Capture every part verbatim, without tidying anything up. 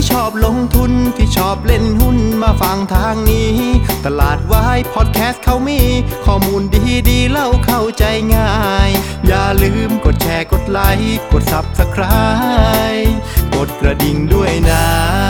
ที่ชอบลงทุนที่ชอบเล่นหุ้นมาฟังทางนี้ตลาดวายพอดแคสต์เขามีข้อมูลดีๆเล่าเข้าใจง่ายอย่าลืมกดแชร์กดไลค์กด ซับสไครบ์ กดกระดิ่งด้วยนะ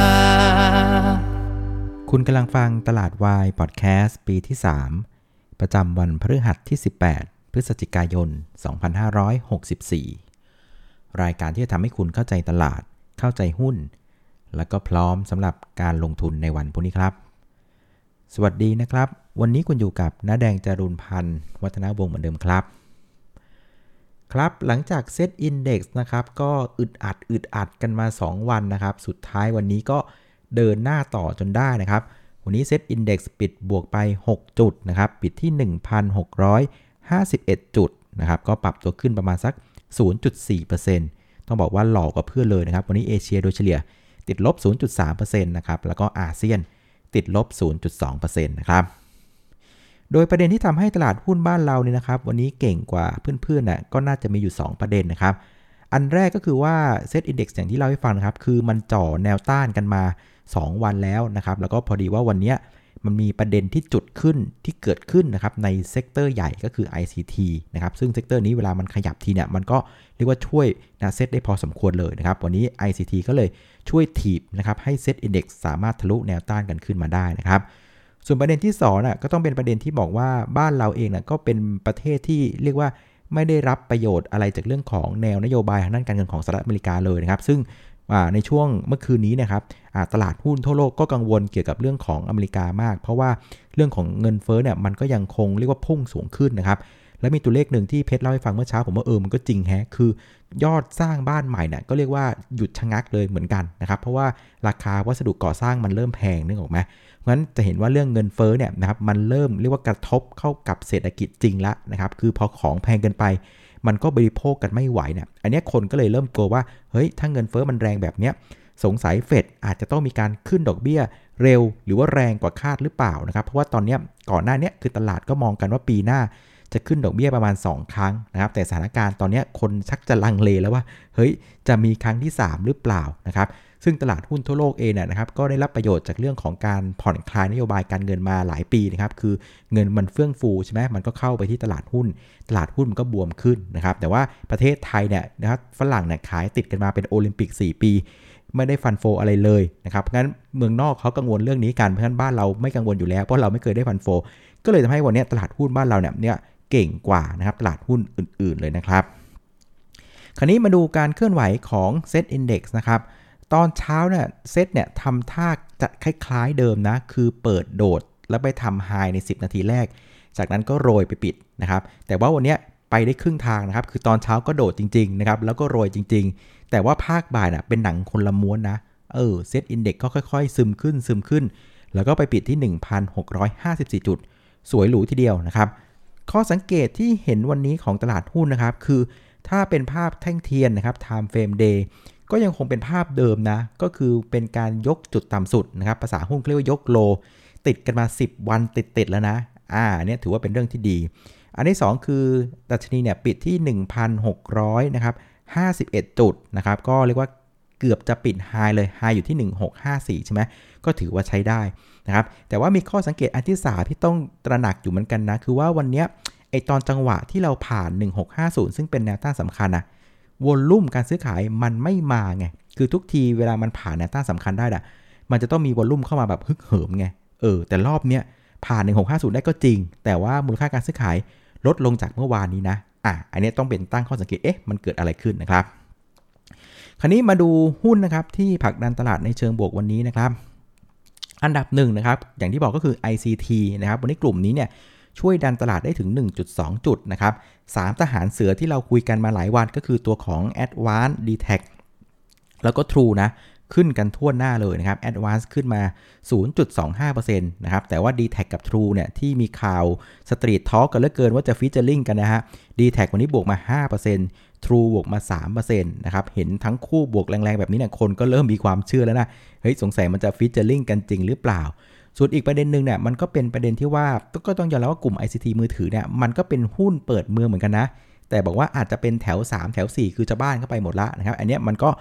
คุณกำลังฟังตลาดวายพอดแคสต์ปีที่สามประจำวันพฤหัสที่สิบแปดพฤศจิกายนสองพันห้าร้อยหกสิบสี่รายการที่จะทำให้คุณเข้าใจตลาดเข้าใจหุ้นแล้วก็พร้อมสำหรับการลงทุนในวันพรุ่งนี้ครับสวัสดีนะครับวันนี้คุณอยู่กับน้าแดงจารุณพันธ์วัฒนวงศ์เหมือนเดิมครับครับหลังจากเซตอินเด็กซ์นะครับก็อึดอัดอึดอัดกันมาสองวันนะครับสุดท้ายวันนี้ก็เดินหน้าต่อจนได้นะครับวันนี้เซตอินเด็กซ์ปิดบวกไปหกจุดนะครับปิดที่ หนึ่งพันหกร้อยห้าสิบเอ็ด จุดนะครับก็ปรับตัวขึ้นประมาณสัก ศูนย์จุดสี่เปอร์เซ็นต์ ต้องบอกว่าหล่อกว่าเพื่อนเลยนะครับวันนี้เอเชียโดยเฉลี่ยติดลบ ศูนย์จุดสามเปอร์เซ็นต์ นะครับแล้วก็อาเซียนติดลบ ศูนย์จุดสองเปอร์เซ็นต์ นะครับโดยประเด็นที่ทำให้ตลาดหุ้นบ้านเราเนี่ยนะครับวันนี้เก่งกว่าเพื่อนๆน่ะก็น่าจะมีอยู่สองประเด็นนะครับอันแรกก็คือว่าเซตอินเด็กซ์อย่างที่เล่าให้ฟังนะครับคือมันจ่อแนวต้านกันมาสองวันแล้วนะครับแล้วก็พอดีว่าวันนี้มันมีประเด็นที่จุดขึ้นที่เกิดขึ้นนะครับในเซกเตอร์ใหญ่ก็คือ ไอ ซี ที นะครับซึ่งเซกเตอร์นี้เวลามันขยับทีเนี่ยมันก็เรียกว่าช่วยนะเซตได้พอสมควรเลยนะครับวันนี้ ไอ ซี ที ก็เลยช่วยถีบนะครับให้เซตอินเด็กซ์สามารถทะลุแนวต้านกันขึ้นมาได้นะครับส่วนประเด็นที่สองน่ะก็ต้องเป็นประเด็นที่บอกว่าบ้านเราเองน่ะก็เป็นประเทศที่เรียกว่าไม่ได้รับประโยชน์อะไรจากเรื่องของแนวนโยบายทางด้านการเงินของสหรัฐอเมริกาเลยนะครับซึ่งในช่วงเมื่อคืนนี้นะครับตลาดหุ้นทั่วโลกก็กังวลเกี่ยวกับเรื่องของอเมริกามากเพราะว่าเรื่องของเงินเฟ้อเนี่ยมันก็ยังคงเรียกว่าพุ่งสูงขึ้นนะครับและมีตัวเลขหนึ่งที่เพชรเล่าให้ฟังเมื่อเช้าผมว่าเออมันก็จริงแฮะคือยอดสร้างบ้านใหม่เนี่ยก็เรียกว่าหยุดชะงักเลยเหมือนกันนะครับเพราะว่าราคาวัสดุก่อสร้างมันเริ่มแพงนึกออกไหมเพราะฉะนั้นจะเห็นว่าเรื่องเงินเฟ้อเนี่ยนะครับมันเริ่มเรียกว่ากระทบเข้ากับเศรษฐกิจจริงละนะครับคือพอของแพงเกินไปมันก็บริโภคกันไม่ไหวเนี่ยอันนี้คนก็เลยเริ่มกลัวว่าเฮ้ยถ้าเงินเฟ้อมันแรงแบบเนี้ยสงสัยเฟดอาจจะต้องมีการขึ้นดอกเบี้ยเร็วหรือว่าแรงกว่าคาดหรือเปล่านะครับเพราะว่าตอนนี้ก่อนหน้านี้คือตลาดก็มองกันว่าปีหน้าจะขึ้นดอกเบี้ยประมาณสองครั้งนะครับแต่สถานการณ์ตอนนี้คนชักจะลังเลแล้วว่าเฮ้ยจะมีครั้งที่สามหรือเปล่านะครับซึ่งตลาดหุ้นทั่วโลกเองนะครับก็ได้รับประโยชน์จากเรื่องของการผ่อนคลายนโยบายการเงินมาหลายปีนะครับคือเงินมันเฟื่องฟูใช่ไหมมันก็เข้าไปที่ตลาดหุ้นตลาดหุ้นมันก็บวมขึ้นนะครับแต่ว่าประเทศไทยเนี่ยนะครับฝรั่งเนี่ยขายติดกันมาเป็นโอลิมปิกสี่ปีไม่ได้ฟันโฟอะไรเลยนะครับงั้นเมืองนอกเขากังวลเรื่องนี้กันเพราะฉะนั้นบ้านเราไม่กังวลอยู่แล้วเพราะเราไม่เคยได้ฟันโฟก็เลยทำให้วันนี้ตลาดหุ้นบ้านเราเนี่ยเนี่ยเก่งกว่านะครับตลาดหุ้นอื่นๆเลยนะครับคราวนี้มาดูการเคลื่อนไหวของ Set Index นะครับตอนเช้าเนี่ยเซตเนี่ยทำท่าจะคล้ายๆเดิมนะคือเปิดโดดแล้วไปทำไฮในสิบนาทีแรกจากนั้นก็โรยไปปิดนะครับแต่ว่าวันนี้ไปได้ครึ่งทางนะครับคือตอนเช้าก็โดดจริงๆนะครับแล้วก็โรยจริงๆแต่ว่าภาคบ่ายน่ะเป็นหนังคนละม้วนนะเออเซตอินเด็กซ์ก็ค่อยๆซึมขึ้นซึมขึ้นแล้วก็ไปปิดที่ หนึ่งพันหกร้อยห้าสิบสี่ จุดสวยหรูทีเดียวนะครับข้อสังเกตที่เห็นวันนี้ของตลาดหุ้นนะครับคือถ้าเป็นภาพแท่งเทียนนะครับ Time Frame Dayก็ยังคงเป็นภาพเดิมนะก็คือเป็นการยกจุดต่ำสุดนะครับภาษาหุ้นเรียกว่ายกโลติดกันมาสิบวันติดๆแล้วนะอ่าเนี่ยถือว่าเป็นเรื่องที่ดีอันที่สองคือดัชนีเนี่ยปิดที่ หนึ่งพันหกร้อย นะครับห้าสิบเอ็ด จุดนะครับก็เรียกว่าเกือบจะปิดไฮเลยไฮอยู่ที่หนึ่งพันหกร้อยห้าสิบสี่ใช่ไหมก็ถือว่าใช้ได้นะครับแต่ว่ามีข้อสังเกตอันที่สามที่ต้องตระหนักอยู่เหมือนกันนะคือว่าวันนี้ไอตอนจังหวะที่เราผ่านหนึ่งพันหกร้อยห้าสิบซึ่งเป็นแนวต้านสำคัญนะวอลลุ่มการซื้อขายมันไม่มาไงคือทุกทีเวลามันผ่านแนวต้านสำคัญได้ด่ะมันจะต้องมีวอลลุ่มเข้ามาแบบฮึกเหิมไงเออแต่รอบเนี้ยผ่านหนึ่งพันหกร้อยห้าสิบได้ก็จริงแต่ว่ามูลค่าการซื้อขายลดลงจากเมื่อวานนี้นะอ่ะอันนี้ต้องเป็นตั้งข้อสังเกตเอ๊ะมันเกิดอะไรขึ้นนะครับคราวนี้มาดูหุ้นนะครับที่ผลักดันตลาดในเชิงบวกวันนี้นะครับอันดับหนึ่งนะครับอย่างที่บอกก็คือ ไอ ซี ที นะครับวันนี้กลุ่มนี้เนี่ยช่วยดันตลาดได้ถึง หนึ่งจุดสอง จุดนะครับสามทหารเสือที่เราคุยกันมาหลายวันก็คือตัวของ Advance ดี ที เอ ซี แล้วก็ True นะขึ้นกันทั่วหน้าเลยนะครับ Advance ขึ้นมา ศูนย์จุดสองห้าเปอร์เซ็นต์ นะครับแต่ว่า ดี ที เอ ซี กับ True เนี่ยที่มีข่าวสตรีททอล์กกันเหลือเกินว่าจะฟีเจอริ่งกันนะฮะ ดี ที เอ ซี วันนี้บวกมา ห้าเปอร์เซ็นต์ True บวกมา สามเปอร์เซ็นต์ นะครับเห็นทั้งคู่บวกแรงๆแบบนี้เนี่ยคนก็เริ่มมีความเชื่อแล้วนะเฮ้ยสงสัยมันจะฟีเจอริ่งกันจริงหรือเปล่าส่วนอีกประเด็นนึงเนี่ยมันก็เป็นประเด็นที่ว่าก็ต้องยอมรับว่ากลุ่ม ไอ ซี ที มือถือเนี่ยมันก็เป็นหุ้นเปิดเมืองเหมือนกันนะแต่บอกว่าอาจจะเป็นแถวสามแถวสี่คือจะบ้านเข้าไปหมดละนะครับอันนี้มันก็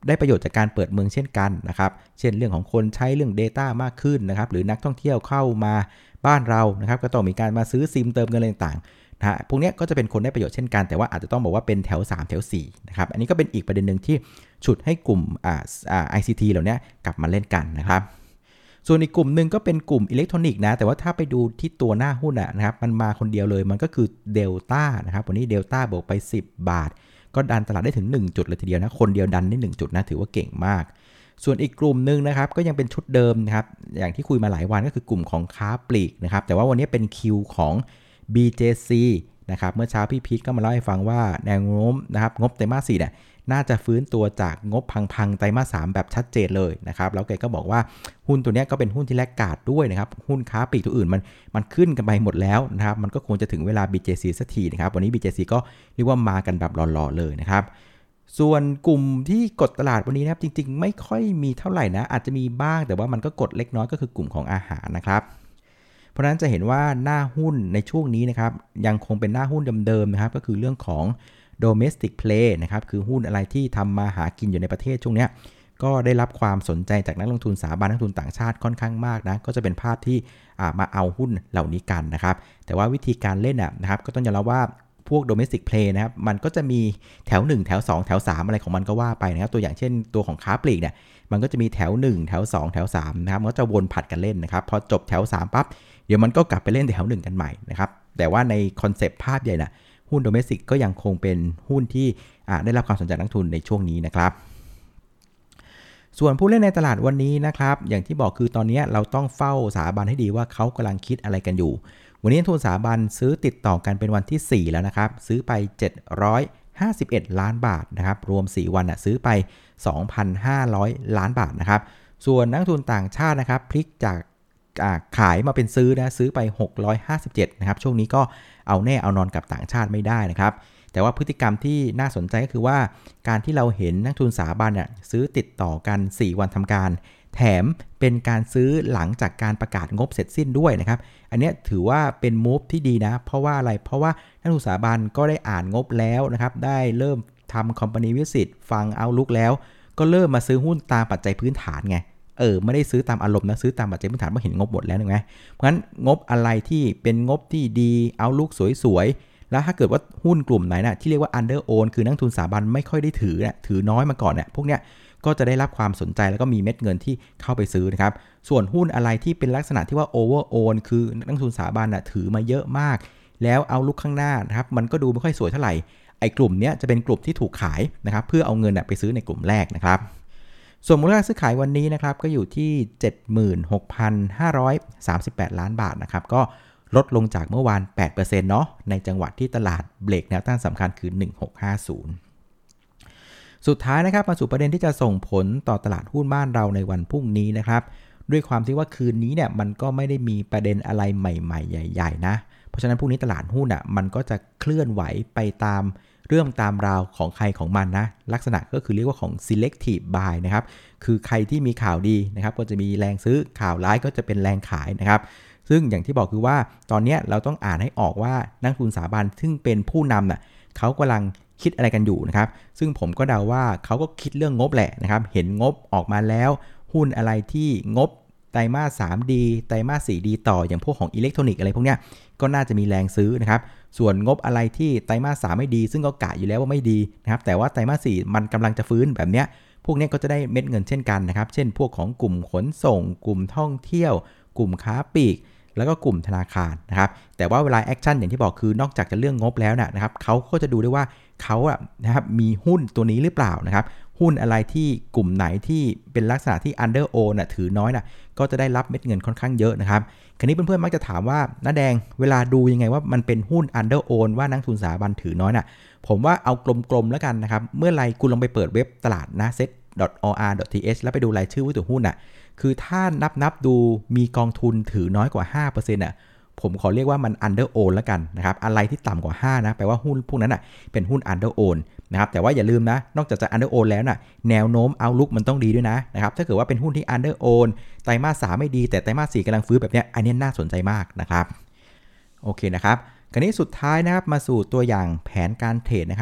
ได้ประโยชน์จากการเปิดเมืองเช่นกันนะครับเช่นเรื่องของคนใช้เรื่อง data มากขึ้นนะครับหรือนักท่องเที่ยวเข้ามาบ้านเรานะครับก็ต้องมีการมาซื้อซิมเติมเงินอะไรต่างๆนะฮะพวกนี้ก็จะเป็นคนได้ประโยชน์เช่นกันแต่ว่าอาจจะต้องบอกว่าเป็นแถวสามแถวสี่นะครับอันนี้ก็เป็นอีกประเด็นนึงที่ฉุดให้กลุ่มอ่าอ่า ไอ ซี ที เหล่านี้กลับมาเล่นกันนะครับส่วนอีกกลุ่มนึงก็เป็นกลุ่มอิเล็กทรอนิกส์นะแต่ว่าถ้าไปดูที่ตัวหน้าหุ้นนะครับมันมาคนเดียวเลยมันก็คือเดลต้านะครับวันนี้เดลต้าบวกไปสิบบาทก็ดันตลาดได้ถึงหนึ่งจุดเลยทีเดียวนะคนเดียวดันได้หนึ่งจุดนะถือว่าเก่งมากส่วนอีกกลุ่มนึงนะครับก็ยังเป็นชุดเดิมนะครับอย่างที่คุยมาหลายวันก็คือกลุ่มของค้าปลีกนะครับแต่ว่าวันนี้เป็นคิวของ บี เจ ซี นะครับเมื่อเช้าพี่พีทก็มาเล่าให้ฟังว่าแนวโน้มนะครับงบไตรมาสสี่เนี่ยน่าจะฟื้นตัวจากงบพังๆไตรมาสสามแบบชัดเจนเลยนะครับแล้วแกก็บอกว่าหุ้นตัวนี้ก็เป็นหุ้นที่แลกขาดด้วยนะครับหุ้นค้าปลีกตัวอื่นมันมันขึ้นกันไปหมดแล้วนะครับมันก็คงจะถึงเวลา บี เจ ซี สักทีนะครับวันนี้ บี เจ ซี ก็เรียกว่ามากันแบบหล่อๆเลยนะครับส่วนกลุ่มที่กดตลาดวันนี้นะครับจริงๆไม่ค่อยมีเท่าไหร่นะอาจจะมีบ้างแต่ว่ามันก็กดเล็กน้อยก็คือกลุ่มของอาหารนะครับเพราะฉะนั้นจะเห็นว่าหน้าหุ้นในช่วงนี้นะครับยังคงเป็นหน้าหุ้นเดิมๆนะครับก็คือเรื่องของ domestic play นะครับคือหุ้นอะไรที่ทำมาหากินอยู่ในประเทศช่วงนี้ก็ได้รับความสนใจจากนักลงทุนสถาบันนักลงทุนต่างชาติค่อนข้างมากนะก็จะเป็นภาพที่มาเอาหุ้นเหล่านี้กันนะครับแต่ว่าวิธีการเล่นนะครับก็ต้องยอมรับว่าพวก domestic play นะครับมันก็จะมีแถวหนึ่งแถวสองแถวสามอะไรของมันก็ว่าไปนะครับตัวอย่างเช่นตัวของค้าปลีกเนี่ยมันก็จะมีแถวหนึ่งแถวสองแถวสามนะครับมันก็จะวนผัดกันเล่นนะครับพอจบแถวสามปั๊บเดี๋ยวมันก็กลับไปเล่นแถวหนึ่งกันใหม่นะครับแต่ว่าในคอนเซปต์ภาพใหญ่นะหุ้น domestic ก็ยังคงเป็นหุ้นที่ได้รับความสนใจนักทุนในช่วงนี้นะครับส่วนผู้เล่นในตลาดวันนี้นะครับอย่างที่บอกคือตอนนี้เราต้องเฝ้าสถาบันให้ดีว่าเขากำลังคิดอะไรกันอยู่วันนี้ทุนสถาบันซื้อติดต่อกันเป็นวันที่สี่แล้วนะครับซื้อไปเจ็ดร้อยห้าสิบเอ็ดล้านบาทนะครับรวมสี่วันน่ะซื้อไป สองพันห้าร้อย ล้านบาทนะครับส่วนนักทุนต่างชาตินะครับพลิกจากขายมาเป็นซื้อนะซื้อไปหกร้อยห้าสิบเจ็ดนะครับช่วงนี้ก็เอาแน่เอานอนกับต่างชาติไม่ได้นะครับแต่ว่าพฤติกรรมที่น่าสนใจก็คือว่าการที่เราเห็นนักทุนสถาบันเนี่ยซื้อติดต่อกันสี่วันทำการแถมเป็นการซื้อหลังจากการประกาศงบเสร็จสิ้นด้วยนะครับอันนี้ถือว่าเป็นมูฟที่ดีนะเพราะว่าอะไรเพราะว่านักทุนสถาบันก็ได้อ่านงบแล้วนะครับได้เริ่มทำ Company Visit ฟัง Outlook แล้วก็เริ่มมาซื้อหุ้นตามปัจจัยพื้นฐานไงเออไม่ได้ซื้อตามอารมณ์นะซื้อตามปัจจัยพื้นฐานเพราะเห็นงบหมดแล้วถูกไหมเพราะฉะนั้นงบอะไรที่เป็นงบที่ดีเอาลุกสวยๆแล้วถ้าเกิดว่าหุ้นกลุ่มไหนนะที่เรียกว่า under own คือนักทุนสถาบันไม่ค่อยได้ถือนะถือน้อยมาก่อนเนี่ยพวกเนี้ยก็จะได้รับความสนใจแล้วก็มีเม็ดเงินที่เข้าไปซื้อนะครับส่วนหุ้นอะไรที่เป็นลักษณะที่ว่า over own คือนักทุนสถาบันนะถือมาเยอะมากแล้วเอาลุกข้างหน้านะครับมันก็ดูไม่ค่อยสวยเท่าไหร่ไอ้กลุ่มเนี้ยจะเป็นกลุ่มที่ถูกขายนะครับเพื่อเอาเงินไปซื้อในกลุ่มแรกนะครับส่วนมูลค่าซื้อขายวันนี้นะครับก็อยู่ที่ เจ็ดหมื่นหกพันห้าร้อยสามสิบแปด ล้านบาทนะครับก็ลดลงจากเมื่อวาน แปดเปอร์เซ็นต์ เนาะในจังหวะที่ตลาดเบรกแนวต้านสำคัญคือหนึ่งพันหกร้อยห้าสิบสุดท้ายนะครับมาสู่ประเด็นที่จะส่งผลต่อตลาดหุ้นบ้านเราในวันพรุ่งนี้นะครับด้วยความที่ว่าคืนนี้เนี่ยมันก็ไม่ได้มีประเด็นอะไรใหม่ๆใหญ่ๆนะเพราะฉะนั้นพรุ่งนี้ตลาดหุ้นอ่ะมันก็จะเคลื่อนไหวไปตามเรื่องตามราวของใครของมันนะลักษณะก็คือเรียกว่าของ selective buy นะครับคือใครที่มีข่าวดีนะครับก็จะมีแรงซื้อข่าวร้ายก็จะเป็นแรงขายนะครับซึ่งอย่างที่บอกคือว่าตอนนี้เราต้องอ่านให้ออกว่านักทุนสถาบันซึ่งเป็นผู้นำน่ะเขากำลังคิดอะไรกันอยู่นะครับซึ่งผมก็เดาว่าเขาก็คิดเรื่องงบแหละนะครับเห็นงบออกมาแล้วหุ้นอะไรที่งบไตรมาส สามดี ไตรมาส สี่ดีต่ออย่างพวกของอิเล็กทรอนิกส์อะไรพวกเนี้ยก็น่าจะมีแรงซื้อนะครับส่วนงบอะไรที่ไตรมาส สามไม่ดีซึ่งก็กะอยู่แล้วว่าไม่ดีนะครับแต่ว่าไตรมาส สี่มันกำลังจะฟื้นแบบเนี้ยพวกนี้ก็จะได้เม็ดเงินเช่นกันนะครับเช่นพวกของกลุ่มขนส่งกลุ่มท่องเที่ยวกลุ่มค้าปลีกแล้วก็กลุ่มธนาคารนะครับแต่ว่าเวลาแอคชั่นอย่างที่บอกคือนอกจากจะเรื่องงบแล้วนะครับเขาก็จะดูด้วยว่าเขาอะนะครับมีหุ้นตัวนี้หรือเปล่านะครับหุ้นอะไรที่กลุ่มไหนที่เป็นลักษณะที่ under own น่ะถือน้อยน่ะก็จะได้รับเม็ดเงินค่อนข้างเยอะนะครับคราวนี้เพื่อนๆมักจะถามว่าน้าแดงเวลาดูยังไงว่ามันเป็นหุ้น under own ว่านักทุนสถาบันถือน้อยน่ะผมว่าเอากลมๆแล้วกันนะครับเมื่อไรคุณลองไปเปิดเว็บตลาดนะ เซ็ต ดอท ออ อาร์ ดอท ที เอช แล้วไปดูรายชื่อผู้ถือหุ้นน่ะคือถ้านับนับดูมีกองทุนถือน้อยกว่า ห้าเปอร์เซ็นต์ น่ะผมขอเรียกว่ามัน under own แล้วกันนะครับอะไรที่ต่ำกว่าห้านะแปลว่าหุ้นพวกนั้นน่ะเป็นหุ้น under own นะครับแต่ว่าอย่าลืมนะนอกจากจะ under own แล้วน่ะแนวโน้ม outlook มันต้องดีด้วยนะนะครับถ้าเกิดว่าเป็นหุ้นที่ under own ไตรมาส สามไม่ดีแต่ไตรมาส สี่กำลังฟื้นแบบเนี้ยอันนี้น่าสนใจมากนะครับโอเคนะครับคราวนี้สุดท้ายนะครับมาสู่ตัวอย่างแผนการเทรดนะครับ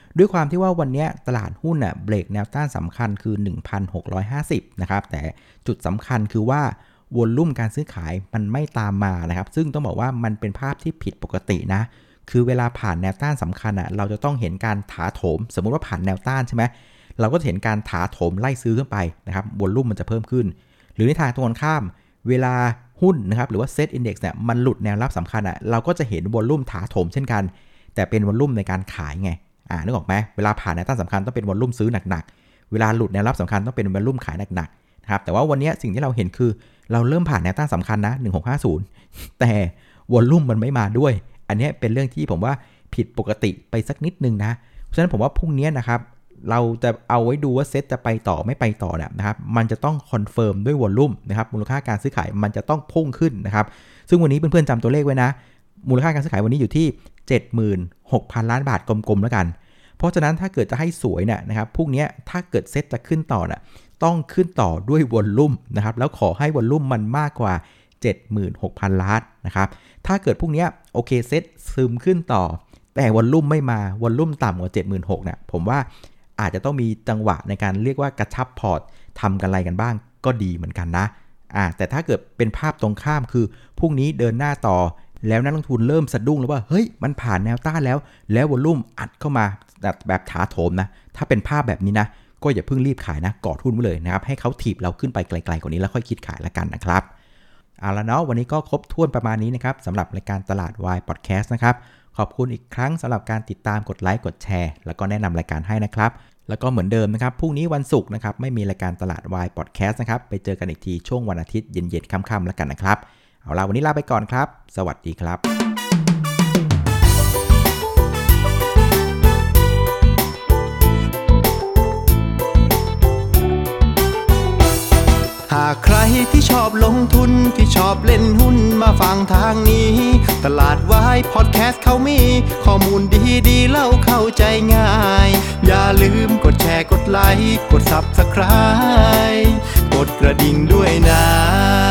ด้วยความที่ว่าวันนี้ตลาดหุ้นน่ะเบรกแนวต้านสำคัญคือ หนึ่งพันหกร้อยห้าสิบ นะครับแต่จุดสำคัญคือว่าวอลลุ่มการซื้อขายมันไม่ตามมานะครับซึ่งต้องบอกว่ามันเป็นภาพที่ผิดปกตินะคือเวลาผ่านแนวต้านสำคัญอ่ะเราจะต้องเห็นการถาโถมสมมุติว่าผ่านแนวต้านใช่ไหมเราก็จะเห็นการถาโถมไล่ซื้อขึ้นไปนะครับวอลลุ่มมันจะเพิ่มขึ้นหรือในทางตรงกันข้ามเวลาหุ้นนะครับหรือว่าเซ็ตอินเด็กซ์เนี่ยมันหลุดแนวรับสำคัญอ่ะเราก็จะเห็นวอลลุ่มถาโถมเช่นกันแต่เป็นวอลลุ่มในการขายไงอ่านึกออกไหมเวลาผ่านแนวต้านสำคัญต้องเป็นวอลลุ่มซื้อหนักๆเวลาหลุดแนวรับสำคัญต้องเป็นวอลลุ่มขายหนักๆนะครับแต่ว่าวันนี้สิ่งที่เราเห็นคือเราเริ่มผ่านแนวต้านสำคัญนะหนึ่งพันหกร้อยห้าสิบแต่วอลลุ่มมันไม่มาด้วยอันนี้เป็นเรื่องที่ผมว่าผิดปกติไปสักนิดนึงนะเพราะฉะนั้นผมว่าพรุ่งนี้นะครับเราจะเอาไว้ดูว่าเซ็ตจะไปต่อไม่ไปต่อเนี่ยนะครับมันจะต้องคอนเฟิร์มด้วยวอลลุ่มนะครับมูลค่าการซื้อขายมันจะต้องพุ่งขึ้นนะครับซึ่งวันนี้เพื่อนๆจำตัวเลขไว้นะมูลค่าการซื้อขายวันนี้อยู่ที่ เจ็ดหมื่นหกพัน ล้านบาทกลมๆแล้วกันเพราะฉะนั้นถ้าเกิดจะให้สวยเนี่ยนะครับพรุ่งนี้ถ้าเกิดเซ็ตจะขึ้นต่อน่ะต้องขึ้นต่อด้วยวอลลุ่มนะครับแล้วขอให้วอลลุ่มมันมากกว่า เจ็ดหมื่นหกพัน ล้านนะครับถ้าเกิดพรุ่งนี้โอเคเซ็ตซึมขึ้นต่อแต่วอลลุ่มไม่มาวอลลุ่มต่ำกว่า เจ็ดหมื่นหกพัน เนี่ยผมว่าอาจจะต้องมีจังหวะในการเรียกว่ากระชับพอร์ตทำกันอะไรกันบ้างก็ดีเหมือนกันนะอ่าแต่ถ้าเกิดเป็นภาพตรงข้ามคือพรุ่งนี้เดินหน้าต่อแล้วนักลงทุนเริ่มสะดุ้งแล้วว่าเฮ้ยมันผ่านแนวต้านแล้วแล้ววอลลุ่มอัดเข้ามาแบบแบบถาโถมนะถ้าเป็นภาพแบบนี้นะก็อย่าเพิ่งรีบขายนะกอดหุ้นไว้เลยนะครับให้เขาถีบเราขึ้นไปไกลๆกว่านี้แล้วค่อยคิดขายละกันนะครับเอาละเนาะวันนี้ก็ครบถ้วนประมาณนี้นะครับสำหรับรายการตลาดวายพอดแคสต์นะครับขอบคุณอีกครั้งสำหรับการติดตามกดไลค์กดแชร์แล้วก็แนะนำรายการให้นะครับแล้วก็เหมือนเดิมนะครับพรุ่งนี้วันศุกร์นะครับไม่มีรายการตลาดวายพอดแคสต์นะครับไปเจอกันอีกทีช่วงวันอาทิตย์เย็นๆค่ำๆแล้วกันนะครับเอาล่ะวันนี้ลาไปก่อนครับสวัสดีครับหากใครที่ชอบลงทุนที่ชอบเล่นหุ้นมาฟังทางนี้ตลาดวายพอดแคสต์เขามีข้อมูลดีๆเล่าเข้าใจง่ายอย่าลืมกดแชร์กดไลค์กด ซับสไครบ์ กดกระดิ่งด้วยนะ